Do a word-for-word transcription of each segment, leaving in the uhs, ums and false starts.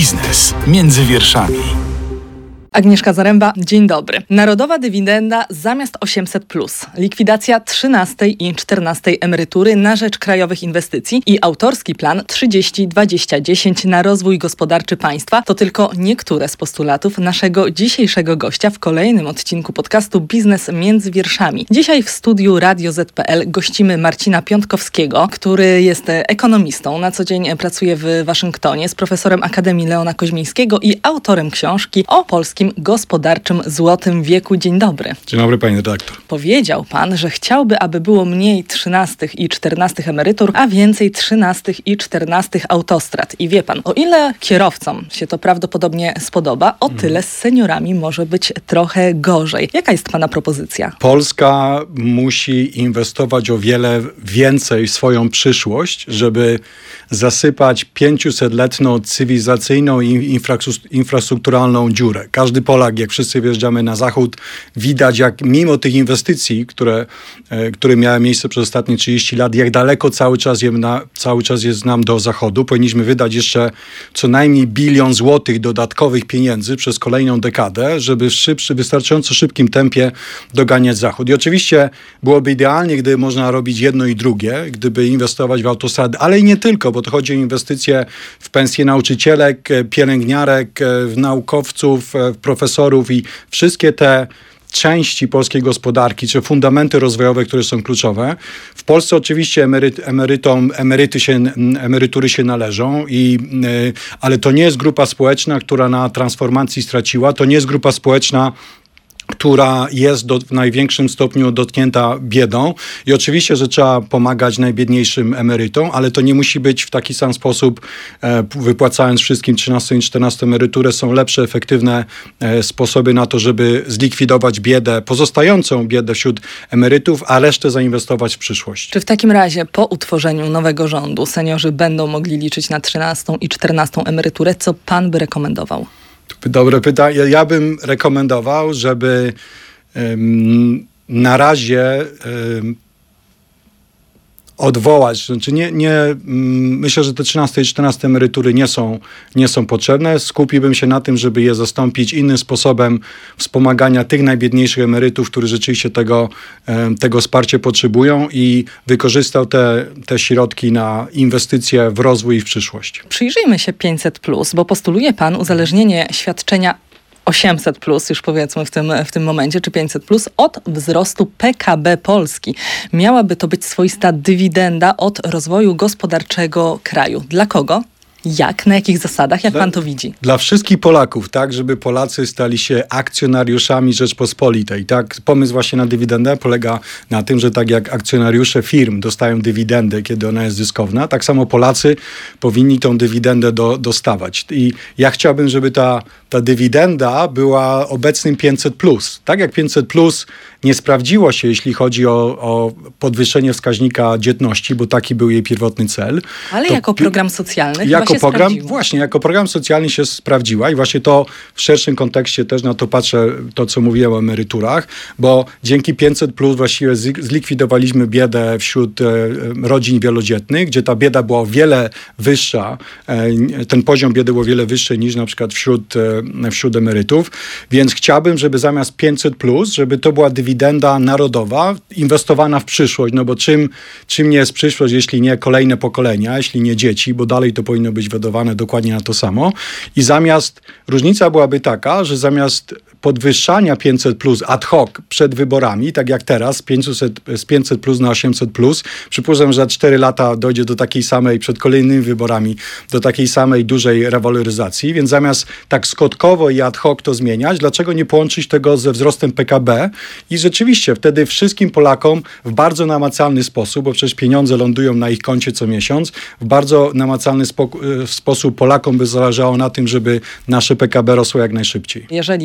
Biznes między wierszami. Agnieszka Zaręba, dzień dobry. Narodowa dywidenda zamiast osiemset plus. Likwidacja trzynastej i czternastej emerytury na rzecz krajowych inwestycji i autorski plan trzydzieści dwadzieścia dziesięć na rozwój gospodarczy państwa to tylko niektóre z postulatów naszego dzisiejszego gościa w kolejnym odcinku podcastu Biznes między wierszami. Dzisiaj w studiu Radio Z P L gościmy Marcina Piątkowskiego, który jest ekonomistą, na co dzień pracuje w Waszyngtonie, jest profesorem Akademii Leona Koźmińskiego i autorem książki o polskim gospodarczym złotym wieku. Dzień dobry. Dzień dobry, pani redaktor. Powiedział pan, że chciałby, aby było mniej trzynastych i czternastych emerytur, a więcej trzynastych i czternastych autostrad. I wie pan, o ile kierowcom się to prawdopodobnie spodoba, o tyle z seniorami może być trochę gorzej. Jaka jest pana propozycja? Polska musi inwestować o wiele więcej w swoją przyszłość, żeby zasypać pięciusetletną cywilizacyjną i infrastrukturalną dziurę. Każdy Polak, jak wszyscy wjeżdżamy na zachód, widać, jak mimo tych inwestycji, które, które miały miejsce przez ostatnie trzydzieści lat, jak daleko cały czas, je na, cały czas jest nam do zachodu. Powinniśmy wydać jeszcze co najmniej bilion złotych dodatkowych pieniędzy przez kolejną dekadę, żeby w szybszy, wystarczająco szybkim tempie doganiać zachód. I oczywiście byłoby idealnie, gdyby można robić jedno i drugie, gdyby inwestować w autostrady, ale i nie tylko, bo to chodzi o inwestycje w pensje nauczycielek, pielęgniarek, w naukowców, w profesorów i wszystkie te części polskiej gospodarki, czy fundamenty rozwojowe, które są kluczowe. W Polsce oczywiście emeryt, emerytom, emeryty się, emerytury się należą, i, ale to nie jest grupa społeczna, która na transformacji straciła. To nie jest grupa społeczna, która jest do, w największym stopniu dotknięta biedą. I oczywiście, że trzeba pomagać najbiedniejszym emerytom, ale to nie musi być w taki sam sposób, e, wypłacając wszystkim trzynastą i czternastą emeryturę. Są lepsze, efektywne e, sposoby na to, żeby zlikwidować biedę, pozostającą biedę wśród emerytów, a resztę zainwestować w przyszłość. Czy w takim razie po utworzeniu nowego rządu seniorzy będą mogli liczyć na trzynastą i czternastą emeryturę? Co pan by rekomendował? Dobre pytanie. Ja bym rekomendował, żeby um, na razie um, odwołać, znaczy nie, nie, myślę, że te trzynaste i czternaste emerytury nie są, nie są potrzebne. Skupiłbym się na tym, żeby je zastąpić innym sposobem wspomagania tych najbiedniejszych emerytów, którzy rzeczywiście tego, tego wsparcia potrzebują, i wykorzystał te, te środki na inwestycje w rozwój i w przyszłość. Przyjrzyjmy się pięćset plus, bo postuluje pan uzależnienie świadczenia osiemset plus, już powiedzmy w tym, w tym momencie, czy pięćset plus, od wzrostu P K B Polski. Miałaby to być swoista dywidenda od rozwoju gospodarczego kraju. Dla kogo? Jak? Na jakich zasadach? Jak dla, pan to widzi? Dla wszystkich Polaków, tak, żeby Polacy stali się akcjonariuszami Rzeczpospolitej. Tak? Pomysł właśnie na dywidendę polega na tym, że tak jak akcjonariusze firm dostają dywidendę, kiedy ona jest zyskowna, tak samo Polacy powinni tą dywidendę do, dostawać. I ja chciałbym, żeby ta, ta dywidenda była obecnym pięćset plus. Tak jak pięćset plus nie sprawdziło się, jeśli chodzi o, o podwyższenie wskaźnika dzietności, bo taki był jej pierwotny cel. Ale jako program socjalny jako chyba się program, sprawdziło. Właśnie, jako program socjalny się sprawdziła, i właśnie to w szerszym kontekście też na to patrzę, to co mówiłem o emeryturach, bo dzięki pięćset plus właściwie zlikwidowaliśmy biedę wśród e, rodzin wielodzietnych, gdzie ta bieda była o wiele wyższa, e, ten poziom biedy był o wiele wyższy niż na przykład wśród, e, wśród emerytów, więc chciałbym, żeby zamiast pięćset plus, żeby to była dywidenda narodowa, inwestowana w przyszłość, no bo czym, czym nie jest przyszłość, jeśli nie kolejne pokolenia, jeśli nie dzieci, bo dalej to powinno być wydawane dokładnie na to samo. I zamiast, różnica byłaby taka, że zamiast podwyższania pięćset plus ad hoc przed wyborami, tak jak teraz, pięćset, z pięćset plus na osiemset plus, przypuszczam, że za cztery lata dojdzie do takiej samej, przed kolejnymi wyborami, do takiej samej dużej rewaloryzacji, więc zamiast tak skutkowo i ad hoc to zmieniać, dlaczego nie połączyć tego ze wzrostem P K B? I rzeczywiście wtedy wszystkim Polakom w bardzo namacalny sposób, bo przecież pieniądze lądują na ich koncie co miesiąc, w bardzo namacalny spo- sposób Polakom by zależało na tym, żeby nasze P K B rosło jak najszybciej. Jeżeli pięćset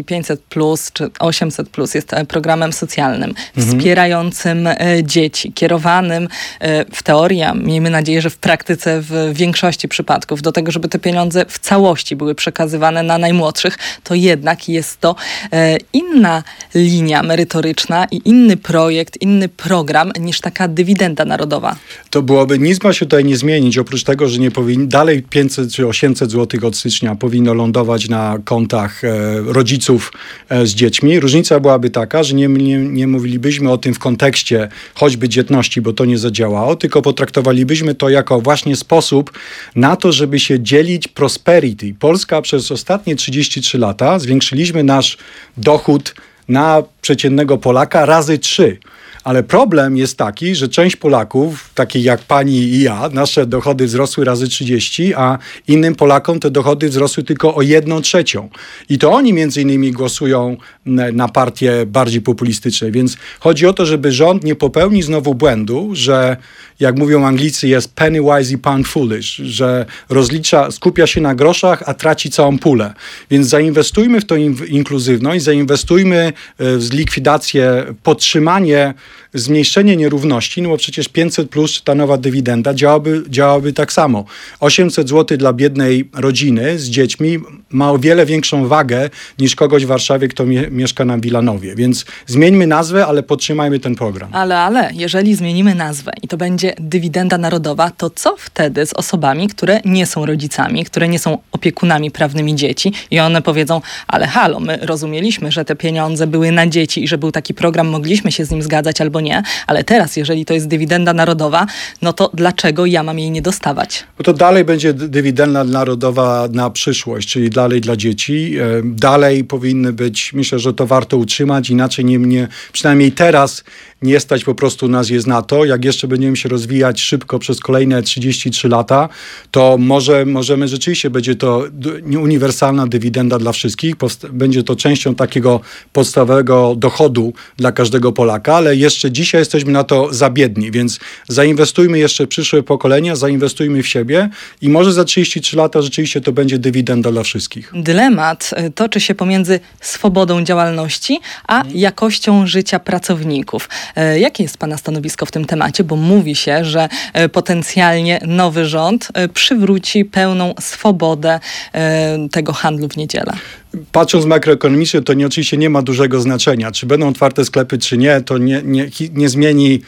plus czy osiemset plus jest programem socjalnym, mhm. wspierającym e, dzieci, kierowanym e, w teorii, a miejmy nadzieję, że w praktyce w większości przypadków do tego, żeby te pieniądze w całości były przekazywane na najmłodszych, to jednak jest to e, inna linia merytoryczna i inny projekt, inny program niż taka dywidenda narodowa. To byłoby, nic ma się tutaj nie zmienić, oprócz tego, że nie powinni, dalej pięćset czy osiemset złotych od stycznia powinno lądować na kontach e, rodziców e, z dziećmi. Różnica byłaby taka, że nie, nie, nie mówilibyśmy o tym w kontekście choćby dzietności, bo to nie zadziałało, tylko potraktowalibyśmy to jako właśnie sposób na to, żeby się dzielić prosperity. Polska przez ostatnie trzydzieści trzy lata zwiększyliśmy nasz dochód na przeciętnego Polaka razy trzy. Ale problem jest taki, że część Polaków, takich jak pani i ja, nasze dochody wzrosły razy trzydzieści, a innym Polakom te dochody wzrosły tylko o jedną trzecią. I to oni między innymi głosują na partie bardziej populistyczne. Więc chodzi o to, żeby rząd nie popełnił znowu błędu, że jak mówią Anglicy, jest penny wise i pound foolish, że rozlicza, skupia się na groszach, a traci całą pulę. Więc zainwestujmy w tą inkluzywność, zainwestujmy w likwidację, podtrzymanie, zmniejszenie nierówności, no bo przecież pięćset plus, ta nowa dywidenda działaby, działaby tak samo. osiemset złotych dla biednej rodziny z dziećmi ma o wiele większą wagę niż kogoś w Warszawie, kto mie- mieszka na Wilanowie. Więc zmieńmy nazwę, ale podtrzymajmy ten program. Ale, ale, jeżeli zmienimy nazwę i to będzie dywidenda narodowa, to co wtedy z osobami, które nie są rodzicami, które nie są opiekunami prawnymi dzieci i one powiedzą, ale halo, my rozumieliśmy, że te pieniądze były na dzieci i że był taki program, mogliśmy się z nim zgadzać albo nie, ale teraz, jeżeli to jest dywidenda narodowa, no to dlaczego ja mam jej nie dostawać? Bo to dalej będzie dywidenda narodowa na przyszłość, czyli dalej dla dzieci. Dalej powinny być, myślę, że to warto utrzymać, inaczej nie, nie przynajmniej teraz nie stać po prostu nas jest na to. Jak jeszcze będziemy się rozwijać szybko przez kolejne trzydzieści trzy lata, to może możemy rzeczywiście, będzie to uniwersalna dywidenda dla wszystkich, Post- będzie to częścią takiego podstawowego dochodu dla każdego Polaka, ale jeszcze dzisiaj jesteśmy na to za biedni, więc zainwestujmy jeszcze w przyszłe pokolenia, zainwestujmy w siebie i może za trzydzieści trzy lata rzeczywiście to będzie dywidenda dla wszystkich. Dylemat toczy się pomiędzy swobodą działalności, a jakością życia pracowników. Jakie jest pana stanowisko w tym temacie? Bo mówi się, że potencjalnie nowy rząd przywróci pełną swobodę tego handlu w niedzielę. Patrząc makroekonomicznie, to nie, oczywiście nie ma dużego znaczenia. Czy będą otwarte sklepy, czy nie, to nie, nie, nie, zmieni,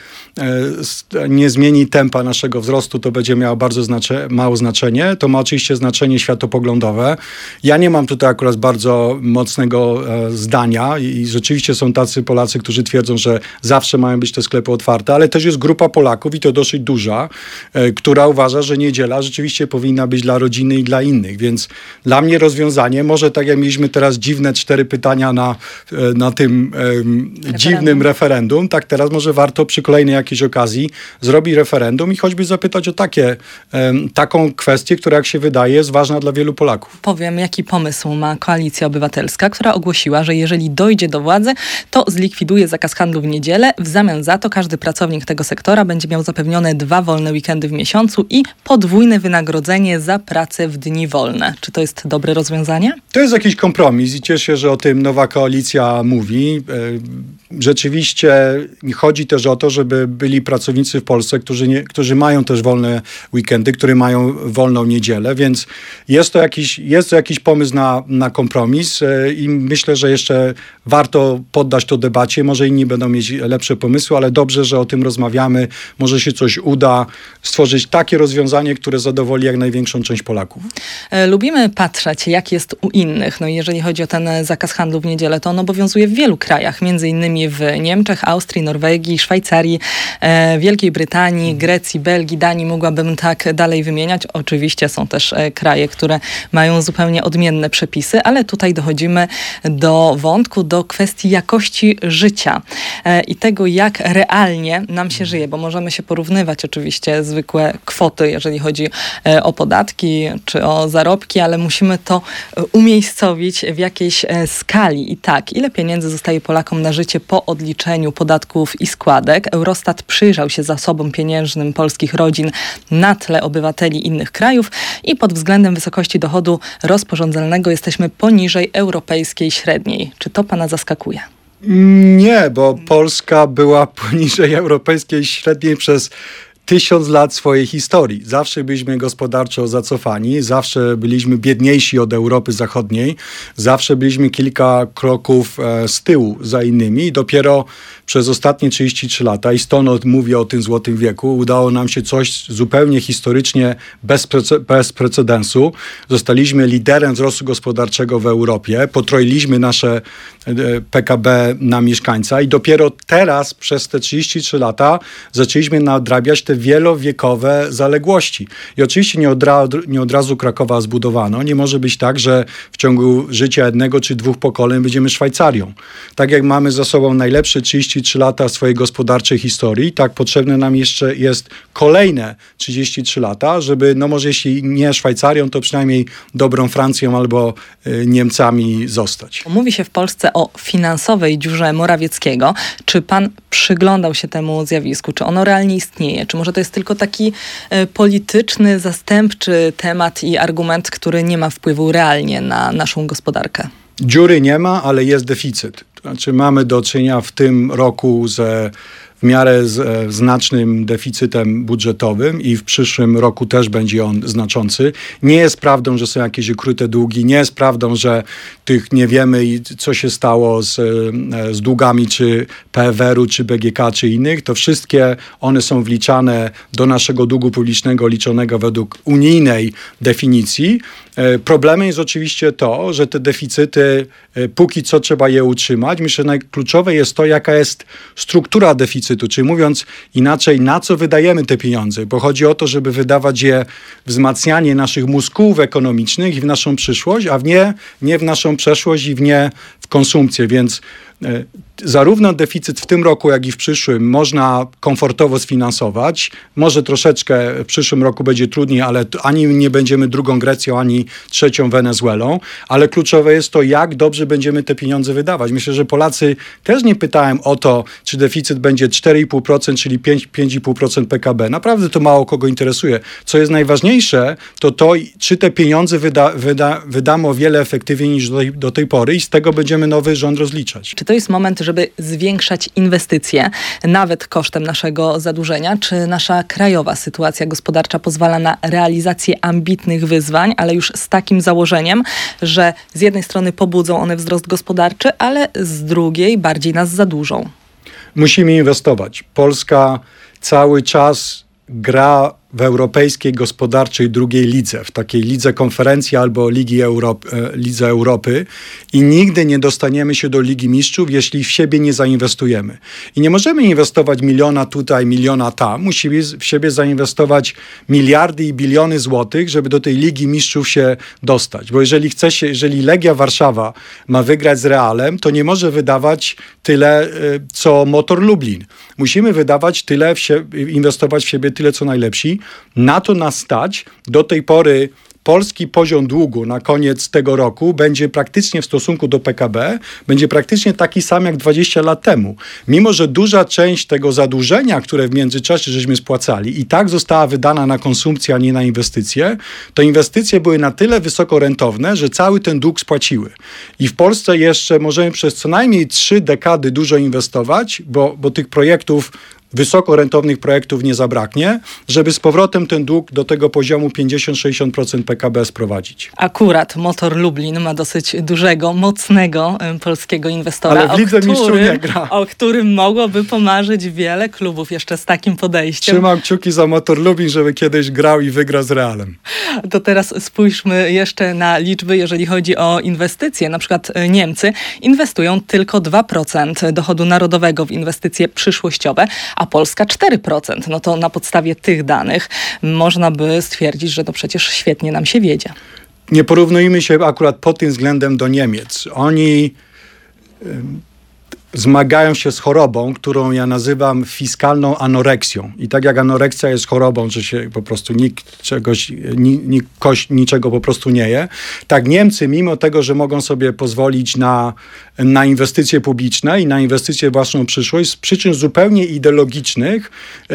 e, nie zmieni tempa naszego wzrostu, to będzie miało bardzo znacze, mało znaczenie. To ma oczywiście znaczenie światopoglądowe. Ja nie mam tutaj akurat bardzo mocnego e, zdania i, i rzeczywiście są tacy Polacy, którzy twierdzą, że zawsze mają być te sklepy otwarte, ale też jest grupa Polaków i to dosyć duża, e, która uważa, że niedziela rzeczywiście powinna być dla rodziny i dla innych. Więc dla mnie rozwiązanie, może tak jak mi Mieliśmy teraz dziwne cztery pytania na, na tym um, dziwnym referendum. Tak teraz może warto przy kolejnej jakiejś okazji zrobić referendum i choćby zapytać o takie, um, taką kwestię, która jak się wydaje jest ważna dla wielu Polaków. Powiem, jaki pomysł ma Koalicja Obywatelska, która ogłosiła, że jeżeli dojdzie do władzy, to zlikwiduje zakaz handlu w niedzielę. W zamian za to każdy pracownik tego sektora będzie miał zapewnione dwa wolne weekendy w miesiącu i podwójne wynagrodzenie za pracę w dni wolne. Czy to jest dobre rozwiązanie? To jest jakiś kompromis i cieszę się, że o tym nowa koalicja mówi. Rzeczywiście chodzi też o to, żeby byli pracownicy w Polsce, którzy, nie, którzy mają też wolne weekendy, którzy mają wolną niedzielę, więc jest to jakiś, jest to jakiś pomysł na, na kompromis i myślę, że jeszcze warto poddać to debacie. Może inni będą mieć lepsze pomysły, ale dobrze, że o tym rozmawiamy. Może się coś uda stworzyć takie rozwiązanie, które zadowoli jak największą część Polaków. Lubimy patrzeć, jak jest u innych. No i jeżeli chodzi o ten zakaz handlu w niedzielę, to on obowiązuje w wielu krajach, między innymi w Niemczech, Austrii, Norwegii, Szwajcarii, e, Wielkiej Brytanii, Grecji, Belgii, Danii. Mogłabym tak dalej wymieniać. Oczywiście są też e, kraje, które mają zupełnie odmienne przepisy, ale tutaj dochodzimy do wątku, do kwestii jakości życia e, i tego, jak realnie nam się żyje, bo możemy się porównywać oczywiście zwykłe kwoty, jeżeli chodzi e, o podatki, czy o zarobki, ale musimy to umiejscowić w jakiejś skali. I tak, ile pieniędzy zostaje Polakom na życie po odliczeniu podatków i składek? Eurostat przyjrzał się zasobom pieniężnym polskich rodzin na tle obywateli innych krajów i pod względem wysokości dochodu rozporządzalnego jesteśmy poniżej europejskiej średniej. Czy to pana zaskakuje? Nie, bo Polska była poniżej europejskiej średniej przez tysiąc lat swojej historii. Zawsze byliśmy gospodarczo zacofani, zawsze byliśmy biedniejsi od Europy Zachodniej, zawsze byliśmy kilka kroków e, z tyłu za innymi i dopiero przez ostatnie trzydzieści trzy lata, i stąd mówię o tym złotym wieku, udało nam się coś zupełnie historycznie bez, prece- bez precedensu. Zostaliśmy liderem wzrostu gospodarczego w Europie, potroiliśmy nasze e, P K B na mieszkańca i dopiero teraz przez te trzydzieści trzy lata zaczęliśmy nadrabiać te wielowiekowe zaległości. I oczywiście nie od, ra- nie od razu Krakowa zbudowano. Nie może być tak, że w ciągu życia jednego czy dwóch pokoleń będziemy Szwajcarią. Tak jak mamy za sobą najlepsze trzydzieści trzy lata swojej gospodarczej historii, tak potrzebne nam jeszcze jest kolejne trzydzieści trzy lata, żeby, no może jeśli nie Szwajcarią, to przynajmniej dobrą Francją albo y, Niemcami zostać. Mówi się w Polsce o finansowej dziurze Morawieckiego. Czy pan przyglądał się temu zjawisku? Czy ono realnie istnieje? Czy może to jest tylko taki y, polityczny, zastępczy temat i argument, który nie ma wpływu realnie na naszą gospodarkę? Dziury nie ma, ale jest deficyt. To znaczy mamy do czynienia w tym roku ze w miarę z, e, znacznym deficytem budżetowym i w przyszłym roku też będzie on znaczący. Nie jest prawdą, że są jakieś ukryte długi, nie jest prawdą, że tych nie wiemy, co się stało z, e, z długami czy P F R u, czy B G K, czy innych. To wszystkie one są wliczane do naszego długu publicznego liczonego według unijnej definicji. E, problemem jest oczywiście to, że te deficyty, e, póki co trzeba je utrzymać. Myślę, że najkluczowe jest to, jaka jest struktura deficytu. Czyli mówiąc inaczej, na co wydajemy te pieniądze, bo chodzi o to, żeby wydawać je w wzmacnianie naszych muskułów ekonomicznych i w naszą przyszłość, a w nie, nie w naszą przeszłość i w nie w konsumpcję, więc e, zarówno deficyt w tym roku, jak i w przyszłym można komfortowo sfinansować. Może troszeczkę w przyszłym roku będzie trudniej, ale ani nie będziemy drugą Grecją, ani trzecią Wenezuelą, ale kluczowe jest to, jak dobrze będziemy te pieniądze wydawać. Myślę, że Polacy też nie pytałem o to, czy deficyt będzie cztery i pół procent, czyli pięć, pięć i pół procent P K B. Naprawdę to mało kogo interesuje. Co jest najważniejsze, to to, czy te pieniądze wyda, wyda, wydamy o wiele efektywniej niż do tej, do tej pory i z tego będziemy nowy rząd rozliczać. Czy to jest moment, żeby zwiększać inwestycje, nawet kosztem naszego zadłużenia? Czy nasza krajowa sytuacja gospodarcza pozwala na realizację ambitnych wyzwań, ale już z takim założeniem, że z jednej strony pobudzą one wzrost gospodarczy, ale z drugiej bardziej nas zadłużą? Musimy inwestować. Polska cały czas gra w europejskiej gospodarczej drugiej lidze, w takiej lidze konferencji albo Ligi Europy, Lidze Europy i nigdy nie dostaniemy się do Ligi Mistrzów, jeśli w siebie nie zainwestujemy. I nie możemy inwestować miliona tutaj, miliona tam. Musimy w siebie zainwestować miliardy i biliony złotych, żeby do tej Ligi Mistrzów się dostać. Bo jeżeli chce się, jeżeli Legia Warszawa ma wygrać z Realem, to nie może wydawać tyle, co Motor Lublin. Musimy wydawać tyle, w sie- inwestować w siebie tyle, co najlepsi. Na to nas stać. Do tej pory polski poziom długu na koniec tego roku będzie praktycznie w stosunku do P K B, będzie praktycznie taki sam jak dwadzieścia lat temu. Mimo że duża część tego zadłużenia, które w międzyczasie żeśmy spłacali i tak została wydana na konsumpcję, a nie na inwestycje, to inwestycje były na tyle wysoko rentowne, że cały ten dług spłaciły. I w Polsce jeszcze możemy przez co najmniej trzy dekady dużo inwestować, bo, bo tych projektów wysoko rentownych projektów nie zabraknie, żeby z powrotem ten dług do tego poziomu pięćdziesiąt do sześćdziesięciu procent P K B sprowadzić. Akurat Motor Lublin ma dosyć dużego, mocnego y, polskiego inwestora, Ale w Lidze o, Mistrzów którym, nie gra. o którym mogłoby pomarzyć wiele klubów jeszcze z takim podejściem. Trzymam kciuki za Motor Lublin, żeby kiedyś grał i wygra z Realem. To teraz spójrzmy jeszcze na liczby, jeżeli chodzi o inwestycje. Na przykład y, Niemcy inwestują tylko dwa procent dochodu narodowego w inwestycje przyszłościowe, a Polska cztery procent. No to na podstawie tych danych można by stwierdzić, że to przecież świetnie nam się wiedzie. Nie porównujmy się akurat pod tym względem do Niemiec. Oni zmagają się z chorobą, którą ja nazywam fiskalną anoreksją. I tak jak anoreksja jest chorobą, że się po prostu nikt czegoś, ni, ni, koś, niczego po prostu nie je, tak Niemcy, mimo tego, że mogą sobie pozwolić na, na inwestycje publiczne i na inwestycje w własną przyszłość, z przyczyn zupełnie ideologicznych yy,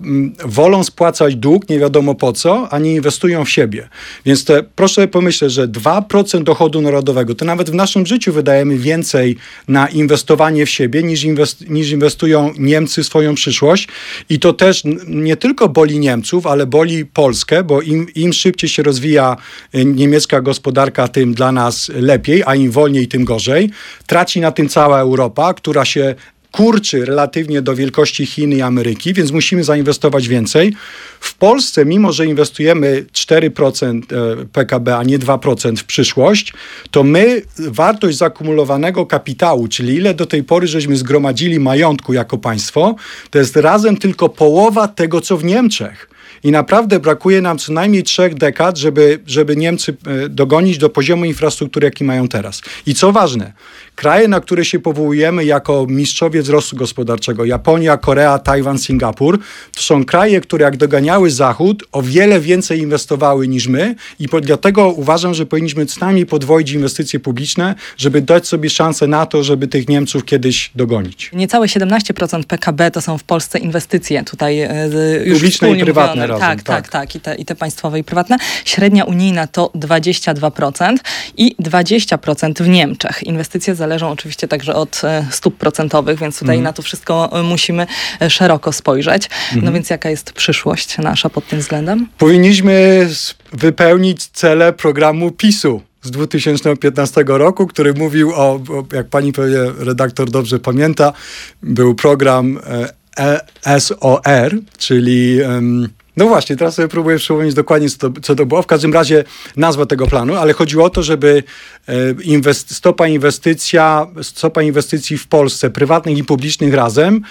wolą spłacać dług, nie wiadomo po co, a nie inwestują w siebie. Więc te, proszę sobie pomyśleć, że dwa procent dochodu narodowego, to nawet w naszym życiu wydajemy więcej na inwestowanie w siebie, niż, inwest, niż inwestują Niemcy w swoją przyszłość. I to też nie tylko boli Niemców, ale boli Polskę, bo im, im szybciej się rozwija niemiecka gospodarka, tym dla nas lepiej, a im wolniej, tym gorzej. Traci na tym cała Europa, która się kurczy relatywnie do wielkości Chin i Ameryki, więc musimy zainwestować więcej. W Polsce, mimo że inwestujemy cztery procent P K B, a nie dwa procent w przyszłość, to my wartość zakumulowanego kapitału, czyli ile do tej pory żeśmy zgromadzili majątku jako państwo, to jest razem tylko połowa tego, co w Niemczech. I naprawdę brakuje nam co najmniej trzech dekad, żeby, żeby Niemcy dogonić do poziomu infrastruktury, jaki mają teraz. I co ważne, kraje, na które się powołujemy jako mistrzowie wzrostu gospodarczego, Japonia, Korea, Tajwan, Singapur, to są kraje, które jak doganiały Zachód, o wiele więcej inwestowały niż my i po, dlatego uważam, że powinniśmy co najmniej podwoić inwestycje publiczne, żeby dać sobie szansę na to, żeby tych Niemców kiedyś dogonić. Niecałe siedemnaście procent P K B to są w Polsce inwestycje tutaj y, już publiczne i prywatne razem. Tak, tak, tak, tak. I, te, i te państwowe i prywatne. Średnia unijna to dwadzieścia dwa procent i dwadzieścia procent w Niemczech. Inwestycje zależą oczywiście także od stóp procentowych, więc tutaj mm. na to wszystko musimy szeroko spojrzeć. Mm. No więc jaka jest przyszłość nasza pod tym względem? Powinniśmy wypełnić cele programu PiSu z dwa tysiące piętnastego roku, który mówił o, jak pani pewnie redaktor dobrze pamięta, był program e, S O R, czyli um, no właśnie, teraz sobie próbuję przypomnieć dokładnie, co to, co to było. W każdym razie nazwa tego planu, ale chodziło o to, żeby inwest- stopa inwestycja, stopa inwestycji w Polsce, prywatnych i publicznych razem,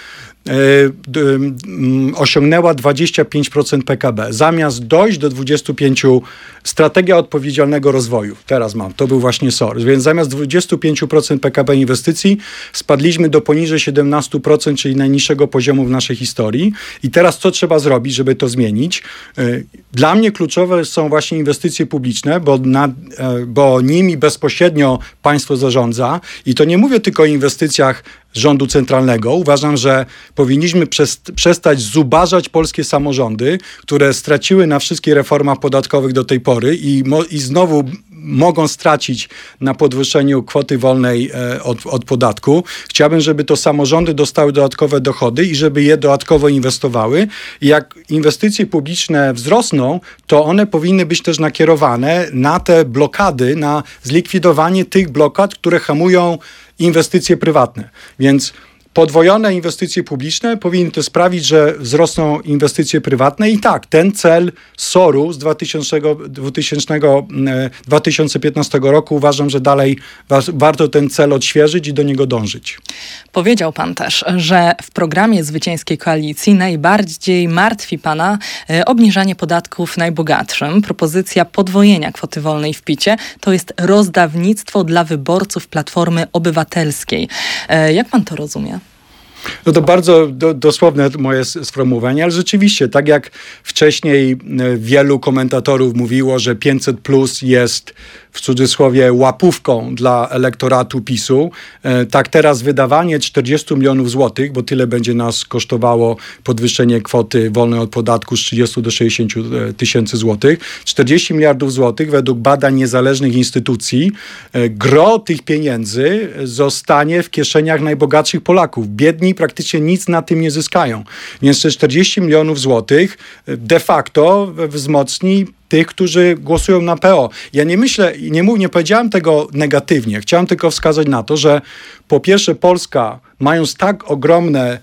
osiągnęła dwadzieścia pięć procent P K B. Zamiast dojść do dwudziestu pięciu procent strategia odpowiedzialnego rozwoju. Teraz mam. To był właśnie S O R. Więc zamiast dwudziestu pięciu procent P K B inwestycji spadliśmy do poniżej siedemnastu procent, czyli najniższego poziomu w naszej historii. I teraz co trzeba zrobić, żeby to zmienić? Dla mnie kluczowe są właśnie inwestycje publiczne, bo, na, bo nimi bezpośrednio państwo zarządza. I to nie mówię tylko o inwestycjach rządu centralnego. Uważam, że powinniśmy przest- przestać zubażać polskie samorządy, które straciły na wszystkich reformach podatkowych do tej pory i, mo- i znowu mogą stracić na podwyższeniu kwoty wolnej e, od, od podatku. Chciałbym, żeby to samorządy dostały dodatkowe dochody i żeby je dodatkowo inwestowały. I jak inwestycje publiczne wzrosną, to one powinny być też nakierowane na te blokady, na zlikwidowanie tych blokad, które hamują inwestycje prywatne. Więc podwojone inwestycje publiczne powinny to sprawić, że wzrosną inwestycje prywatne i tak, ten cel S O R-u z dwa tysiące piętnastego roku uważam, że dalej wa- warto ten cel odświeżyć i do niego dążyć. Powiedział pan też, że w programie Zwycięskiej Koalicji najbardziej martwi pana e, obniżanie podatków najbogatszym. Propozycja podwojenia kwoty wolnej w picie to jest rozdawnictwo dla wyborców Platformy Obywatelskiej. E, jak pan to rozumie? No to bardzo do, dosłowne moje sformułowanie, ale rzeczywiście, tak jak wcześniej wielu komentatorów mówiło, że pięćset plus jest w cudzysłowie łapówką dla elektoratu PiSu, tak teraz wydawanie czterdzieści milionów złotych, bo tyle będzie nas kosztowało podwyższenie kwoty wolnej od podatku z trzydziestu do sześćdziesięciu tysięcy złotych. czterdzieści miliardów złotych według badań niezależnych instytucji, gro tych pieniędzy zostanie w kieszeniach najbogatszych Polaków. Biedni praktycznie nic na tym nie zyskają. Więc te czterdzieści milionów złotych de facto wzmocni tych, którzy głosują na P O. Ja nie myślę, nie, mów, nie powiedziałem tego negatywnie. Chciałem tylko wskazać na to, że po pierwsze Polska, mając tak ogromne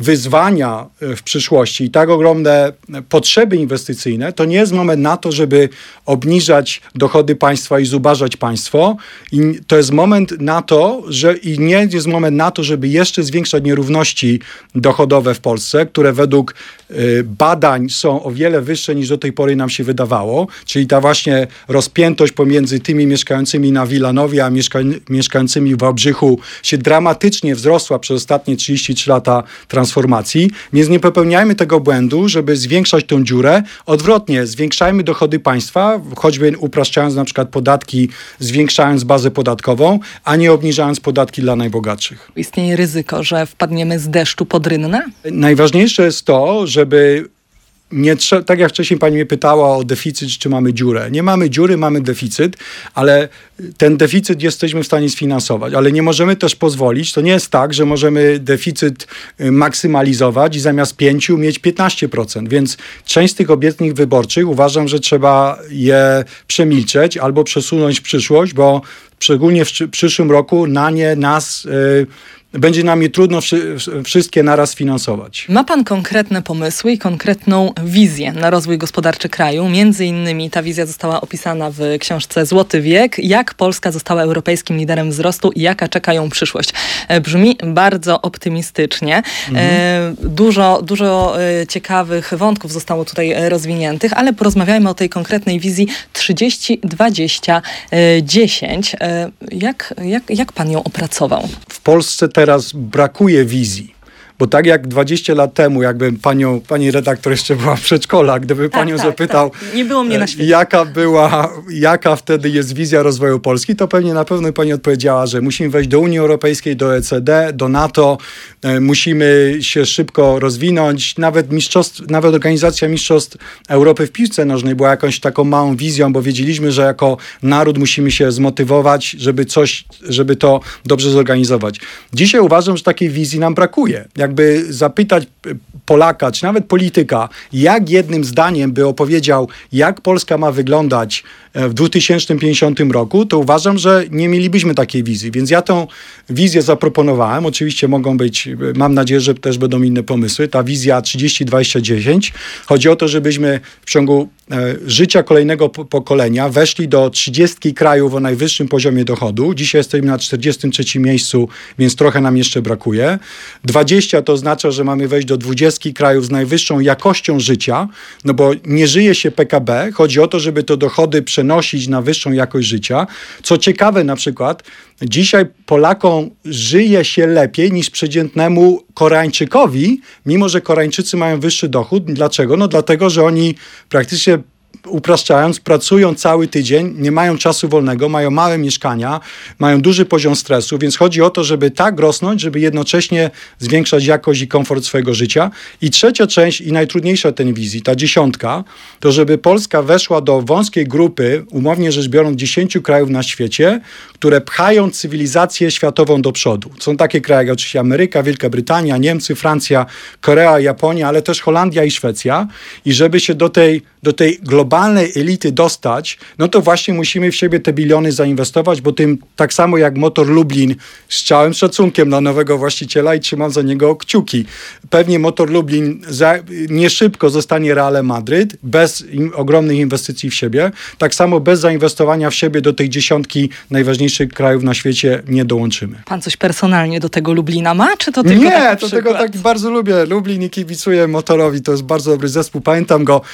wyzwania w przyszłości i tak ogromne potrzeby inwestycyjne, to nie jest moment na to, żeby obniżać dochody państwa i zubażać państwo. I to jest moment na to, że i nie jest moment na to, żeby jeszcze zwiększać nierówności dochodowe w Polsce, które według y, badań są o wiele wyższe niż do tej pory nam się wydawało, czyli ta właśnie rozpiętość pomiędzy tymi mieszkającymi na Wilanowie, a mieszka mieszkającymi w Wałbrzychu się dramatycznie wzrosła przez ostatnie trzydzieści trzy lata transformacji. Więc nie popełniajmy tego błędu, żeby zwiększać tą dziurę. Odwrotnie, zwiększajmy dochody państwa, choćby upraszczając na przykład podatki, zwiększając bazę podatkową, a nie obniżając podatki dla najbogatszych. Istnieje ryzyko, że wpadniemy z deszczu pod rynnę? Najważniejsze jest to, żeby nie trze- tak jak wcześniej pani mnie pytała o deficyt, czy mamy dziurę. Nie mamy dziury, mamy deficyt, ale ten deficyt jesteśmy w stanie sfinansować. Ale nie możemy też pozwolić, to nie jest tak, że możemy deficyt maksymalizować i zamiast pięciu mieć piętnaście procent. Więc część z tych obietnic wyborczych uważam, że trzeba je przemilczeć albo przesunąć w przyszłość, bo szczególnie w przyszłym roku na nie nas yy, będzie nam je trudno wszy- wszystkie naraz finansować. Ma pan konkretne pomysły i konkretną wizję na rozwój gospodarczy kraju. Między innymi ta wizja została opisana w książce Złoty wiek. Jak Polska została europejskim liderem wzrostu i jaka czeka ją przyszłość? Brzmi bardzo optymistycznie. Mhm. Dużo, dużo ciekawych wątków zostało tutaj rozwiniętych, ale porozmawiajmy o tej konkretnej wizji trzydzieści dwadzieścia dziesięć. Jak, jak, jak pan ją opracował? W Polsce teraz brakuje wizji. Bo tak jak dwadzieścia lat temu, jakby panią, pani redaktor jeszcze była w przedszkolu, gdyby tak, panią tak, zapytał, tak. Nie było mnie na świecie. Jaka była, jaka wtedy jest wizja rozwoju Polski, to pewnie na pewno pani odpowiedziała, że musimy wejść do Unii Europejskiej, do E C D, do NATO, e, musimy się szybko rozwinąć. Nawet mistrzostw, nawet organizacja Mistrzostw Europy w piłce nożnej była jakąś taką małą wizją, bo wiedzieliśmy, że jako naród musimy się zmotywować, żeby coś, żeby to dobrze zorganizować. Dzisiaj uważam, że takiej wizji nam brakuje. Jakby zapytać Polaka, czy nawet polityka, jak jednym zdaniem by opowiedział, jak Polska ma wyglądać w dwa tysiące pięćdziesiątym roku, to uważam, że nie mielibyśmy takiej wizji. Więc ja tą wizję zaproponowałem. Oczywiście mogą być, mam nadzieję, że też będą inne pomysły. Ta wizja trzydzieści dwadzieścia dziesięć. Chodzi o to, żebyśmy w ciągu e, życia kolejnego po- pokolenia weszli do trzydziestu krajów o najwyższym poziomie dochodu. Dzisiaj jesteśmy na czterdziestym trzecim miejscu, więc trochę nam jeszcze brakuje. dwadzieścia to oznacza, że mamy wejść do dwudziestu krajów z najwyższą jakością życia, no bo nie żyje się P K B. Chodzi o to, żeby te dochody przenosić na wyższą jakość życia. Co ciekawe na przykład, dzisiaj Polakom żyje się lepiej niż przeciętnemu Koreańczykowi, mimo że Koreańczycy mają wyższy dochód. Dlaczego? No dlatego, że oni praktycznie upraszczając, pracują cały tydzień, nie mają czasu wolnego, mają małe mieszkania, mają duży poziom stresu, więc chodzi o to, żeby tak rosnąć, żeby jednocześnie zwiększać jakość i komfort swojego życia. I trzecia część i najtrudniejsza tej wizji, ta dziesiątka, to żeby Polska weszła do wąskiej grupy, umownie rzecz biorąc, dziesięciu krajów na świecie, które pchają cywilizację światową do przodu. Są takie kraje jak oczywiście Ameryka, Wielka Brytania, Niemcy, Francja, Korea, Japonia, ale też Holandia i Szwecja. I żeby się do tej, do tej globalnej elity dostać, no to właśnie musimy w siebie te biliony zainwestować, bo tym tak samo jak Motor Lublin, z całym szacunkiem dla nowego właściciela i trzymam za niego kciuki. Pewnie Motor Lublin za, nie szybko zostanie Realem Madryt, bez im, ogromnych inwestycji w siebie. Tak samo bez zainwestowania w siebie do tej dziesiątki najważniejszych krajów na świecie nie dołączymy. Pan coś personalnie do tego Lublina ma, czy to tylko Nie, taki to przykład? tego tak bardzo lubię. Lublin i kibicuję Motorowi, to jest bardzo dobry zespół. Pamiętam go,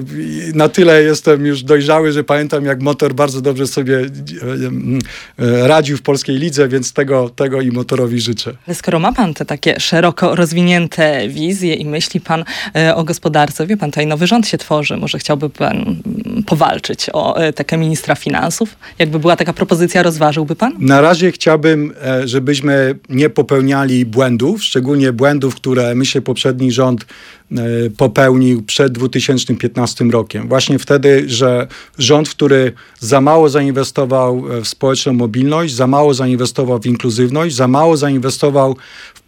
na tyle jestem już dojrzały, że pamiętam jak Motor bardzo dobrze sobie radził w polskiej lidze, więc tego, tego i Motorowi życzę. Ale skoro ma pan te takie szeroko rozwinięte wizje i myśli pan e, o gospodarce, wie pan, tutaj nowy rząd się tworzy, może chciałby pan mm, powalczyć o e, taką ministra finansów? Jakby była taka propozycja, rozważyłby pan? Na razie chciałbym, e, żebyśmy nie popełniali błędów, szczególnie błędów, które myślę poprzedni rząd popełnił przed dwa tysiące piętnastym rokiem. Właśnie wtedy, że rząd, który za mało zainwestował w społeczną mobilność, za mało zainwestował w inkluzywność, za mało zainwestował w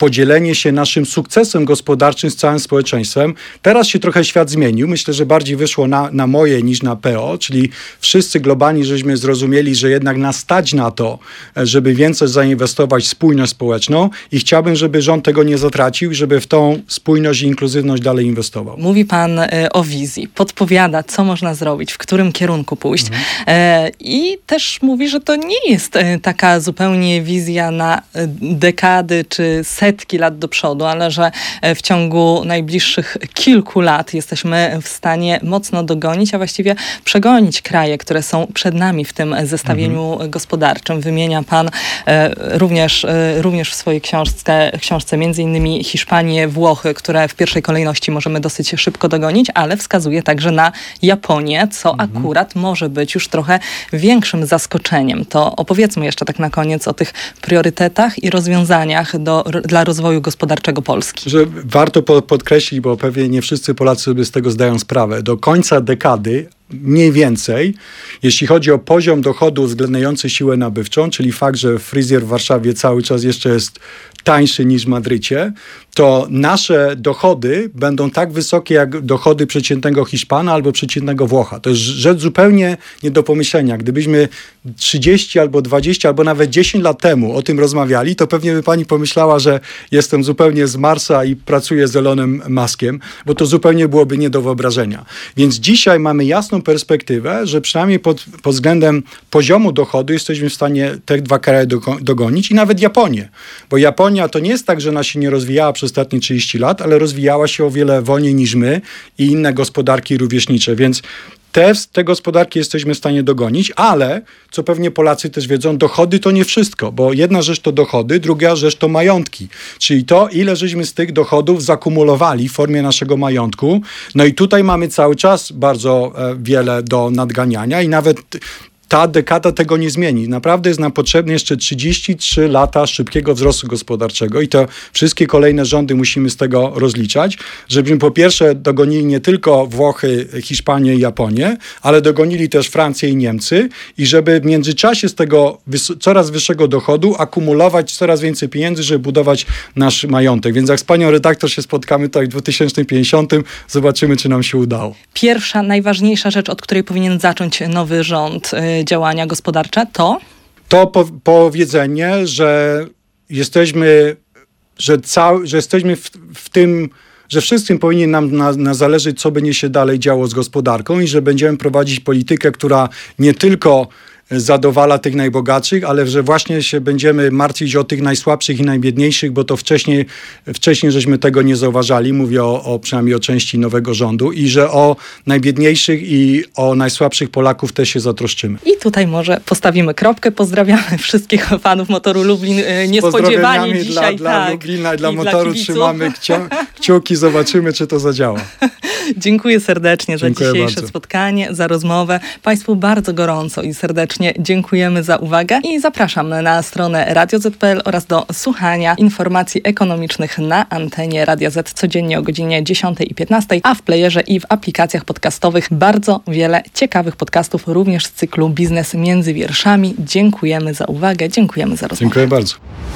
podzielenie się naszym sukcesem gospodarczym z całym społeczeństwem. Teraz się trochę świat zmienił. Myślę, że bardziej wyszło na, na moje niż na P O, czyli wszyscy globalnie żeśmy zrozumieli, że jednak nas stać na to, żeby więcej zainwestować w spójność społeczną i chciałbym, żeby rząd tego nie zatracił i żeby w tą spójność i inkluzywność dalej inwestował. Mówi pan y, o wizji, podpowiada, co można zrobić, w którym kierunku pójść. Mhm. E, I też mówi, że to nie jest e, taka zupełnie wizja na e, dekady czy setki lat do przodu, ale że e, w ciągu najbliższych kilku lat jesteśmy w stanie mocno dogonić, a właściwie przegonić kraje, które są przed nami w tym zestawieniu mhm. gospodarczym. Wymienia pan e, również, e, również w swojej książce, książce między innymi Hiszpanię, Włochy, które w pierwszej kolejności możemy dosyć szybko dogonić, ale wskazuje także na Japonię, co mhm. akurat może być już trochę większym zaskoczeniem. To opowiedzmy jeszcze tak na koniec o tych priorytetach i rozwiązaniach do, dla rozwoju gospodarczego Polski. Że warto po- podkreślić, bo pewnie nie wszyscy Polacy sobie z tego zdają sprawę. Do końca dekady mniej więcej, jeśli chodzi o poziom dochodu uwzględniający siłę nabywczą, czyli fakt, że fryzjer w Warszawie cały czas jeszcze jest tańszy niż w Madrycie, to nasze dochody będą tak wysokie jak dochody przeciętnego Hiszpana albo przeciętnego Włocha. To jest rzecz zupełnie nie do pomyślenia. Gdybyśmy trzydzieści albo dwadzieścia albo nawet dziesięć lat temu o tym rozmawiali, to pewnie by pani pomyślała, że jestem zupełnie z Marsa i pracuję z Elonem Muskiem, bo to zupełnie byłoby nie do wyobrażenia. Więc dzisiaj mamy jasną perspektywę, że przynajmniej pod, pod względem poziomu dochodu jesteśmy w stanie te dwa kraje dogonić i nawet Japonię. Bo Japonia to nie jest tak, że ona się nie rozwijała przez ostatnie trzydzieści lat, ale rozwijała się o wiele wolniej niż my i inne gospodarki rówieśnicze, więc Te, te gospodarki jesteśmy w stanie dogonić, ale, co pewnie Polacy też wiedzą, dochody to nie wszystko, bo jedna rzecz to dochody, druga rzecz to majątki, czyli to, ile żeśmy z tych dochodów zakumulowali w formie naszego majątku. No i tutaj mamy cały czas bardzo e, wiele do nadganiania i nawet ta dekada tego nie zmieni. Naprawdę jest nam potrzebne jeszcze trzydzieści trzy lata szybkiego wzrostu gospodarczego i to wszystkie kolejne rządy musimy z tego rozliczać, żebyśmy po pierwsze dogonili nie tylko Włochy, Hiszpanię i Japonię, ale dogonili też Francję i Niemcy i żeby w międzyczasie z tego wys- coraz wyższego dochodu akumulować coraz więcej pieniędzy, żeby budować nasz majątek. Więc jak z panią redaktor się spotkamy tutaj w dwa tysiące pięćdziesiątym, zobaczymy, czy nam się udało. Pierwsza, najważniejsza rzecz, od której powinien zacząć nowy rząd, działania gospodarcze, to? To po, powiedzenie, że jesteśmy, że, cał, że jesteśmy w, w tym, że wszystkim powinien nam na, na zależeć, co będzie się dalej działo z gospodarką i że będziemy prowadzić politykę, która nie tylko zadowala tych najbogatszych, ale że właśnie się będziemy martwić o tych najsłabszych i najbiedniejszych, bo to wcześniej, wcześniej żeśmy tego nie zauważali, mówię o, o przynajmniej o części nowego rządu i że o najbiedniejszych i o najsłabszych Polaków też się zatroszczymy. I tutaj może postawimy kropkę. Pozdrawiamy wszystkich fanów Motoru Lublin. Niespodziewanie dzisiaj. Dla, tak, dla Lublina i dla i Motoru dla trzymamy kcio- kciuki, zobaczymy, czy to zadziała. Dziękuję serdecznie Dziękuję za dzisiejsze bardzo. spotkanie, za rozmowę. Państwu bardzo gorąco i serdecznie dziękujemy za uwagę i zapraszam na stronę radio zet kropka pe el oraz do słuchania informacji ekonomicznych na antenie Radia Z codziennie o godzinie dziesiątej i piętnastej, a w playerze i w aplikacjach podcastowych bardzo wiele ciekawych podcastów, również z cyklu Biznes między wierszami. Dziękujemy za uwagę, dziękujemy za rozmowę. Dziękuję bardzo.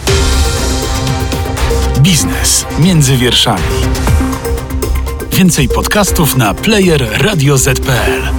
Biznes między wierszami. Więcej podcastów na player radio zet kropka pe el.